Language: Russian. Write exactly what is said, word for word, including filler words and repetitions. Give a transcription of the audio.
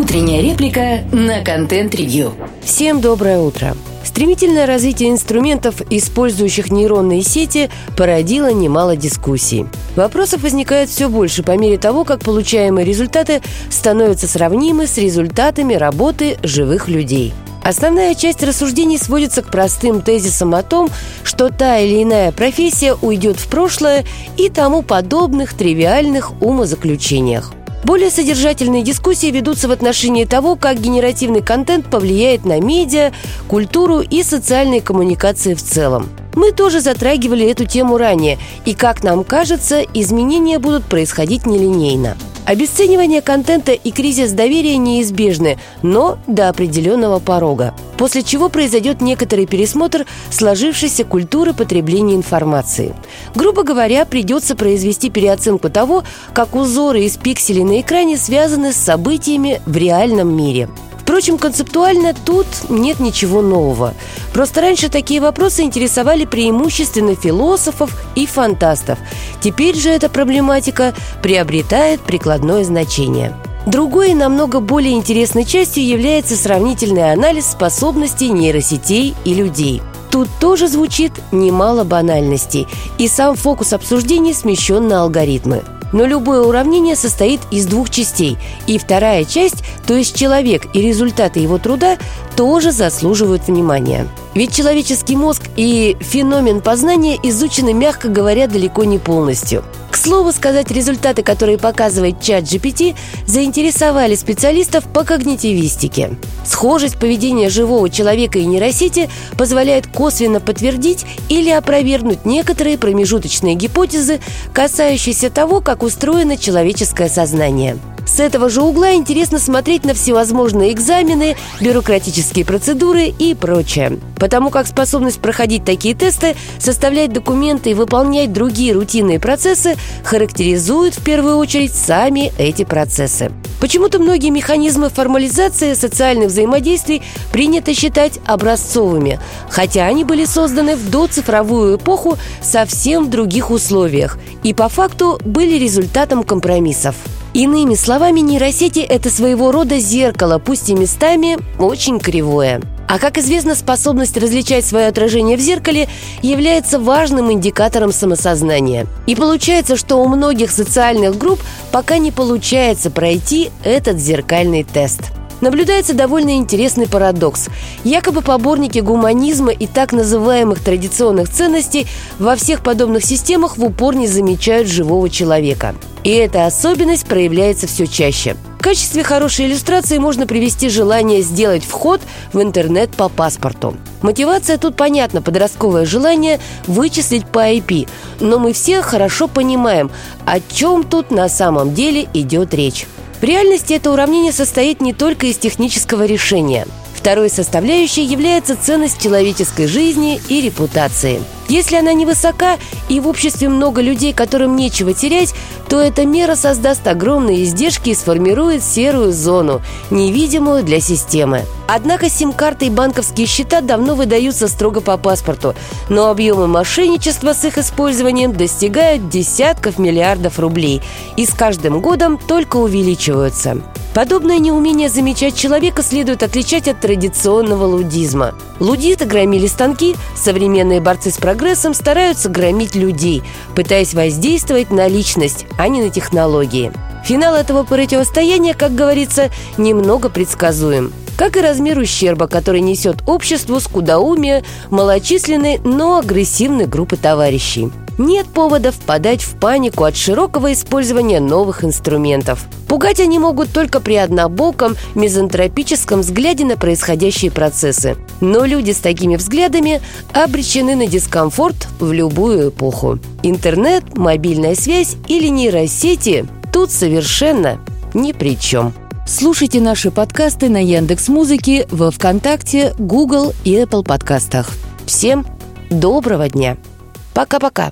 Утренняя реплика на контент-ревью. Всем доброе утро. Стремительное развитие инструментов, использующих нейронные сети, породило немало дискуссий. Вопросов возникает все больше по мере того, как получаемые результаты становятся сравнимы с результатами работы живых людей. Основная часть рассуждений сводится к простым тезисам о том, что та или иная профессия уйдет в прошлое и тому подобных тривиальных умозаключениях. Более содержательные дискуссии ведутся в отношении того, как генеративный контент повлияет на медиа, культуру и социальные коммуникации в целом. Мы тоже затрагивали эту тему ранее, и, как нам кажется, изменения будут происходить нелинейно. Обесценивание контента и кризис доверия неизбежны, но до определенного порога, после чего произойдет некоторый пересмотр сложившейся культуры потребления информации. Грубо говоря, придется произвести переоценку того, как узоры из пикселей на экране связаны с событиями в реальном мире. Впрочем, концептуально тут нет ничего нового. Просто раньше такие вопросы интересовали преимущественно философов и фантастов. Теперь же эта проблематика приобретает прикладное значение. Другой и намного более интересной частью является сравнительный анализ способностей нейросетей и людей. Тут тоже звучит немало банальностей, и сам фокус обсуждений смещен на алгоритмы. Но любое уравнение состоит из двух частей, и вторая часть, то есть человек и результаты его труда, тоже заслуживают внимания. Ведь человеческий мозг и феномен познания изучены, мягко говоря, далеко не полностью. К слову сказать, результаты, которые показывает чат джи пи ти, заинтересовали специалистов по когнитивистике. Схожесть поведения живого человека и нейросети позволяет косвенно подтвердить или опровергнуть некоторые промежуточные гипотезы, касающиеся того, как устроено человеческое сознание. С этого же угла интересно смотреть на всевозможные экзамены, бюрократические процедуры и прочее. Потому как способность проходить такие тесты, составлять документы и выполнять другие рутинные процессы характеризуют в первую очередь сами эти процессы. Почему-то многие механизмы формализации социальных взаимодействий принято считать образцовыми, хотя они были созданы в доцифровую эпоху совсем в других условиях и по факту были результатом компромиссов. Иными словами, нейросети – это своего рода зеркало, пусть и местами очень кривое. А как известно, способность различать свое отражение в зеркале является важным индикатором самосознания. И получается, что у многих социальных групп пока не получается пройти этот зеркальный тест. Наблюдается довольно интересный парадокс. Якобы поборники гуманизма и так называемых традиционных ценностей во всех подобных системах в упор не замечают живого человека. И эта особенность проявляется все чаще. В качестве хорошей иллюстрации можно привести желание сделать вход в интернет по паспорту. Мотивация тут понятна, подростковое желание вычислить по ай пи. Но мы все хорошо понимаем, о чем тут на самом деле идет речь. В реальности это уравнение состоит не только из технического решения. Второй составляющей является ценность человеческой жизни и репутации. Если она невысока и в обществе много людей, которым нечего терять, то эта мера создаст огромные издержки и сформирует серую зону, невидимую для системы. Однако сим-карты и банковские счета давно выдаются строго по паспорту, но объемы мошенничества с их использованием достигают десятков миллиардов рублей и с каждым годом только увеличиваются. Подобное неумение замечать человека следует отличать от традиционного лудизма. Лудиты громили станки, современные борцы с прогрессом стараются громить людей, пытаясь воздействовать на личность, а не на технологии. Финал этого противостояния, как говорится, немного предсказуем. Как и размер ущерба, который несет обществу скудоумие малочисленной, но агрессивной группы товарищей. Нет повода впадать в панику от широкого использования новых инструментов. Пугать они могут только при однобоком, мизантропическом взгляде на происходящие процессы. Но люди с такими взглядами обречены на дискомфорт в любую эпоху. Интернет, мобильная связь или нейросети тут совершенно ни при чем. Слушайте наши подкасты на Яндекс.Музыке, во ВКонтакте, Google и Apple подкастах. Всем доброго дня! Пока-пока!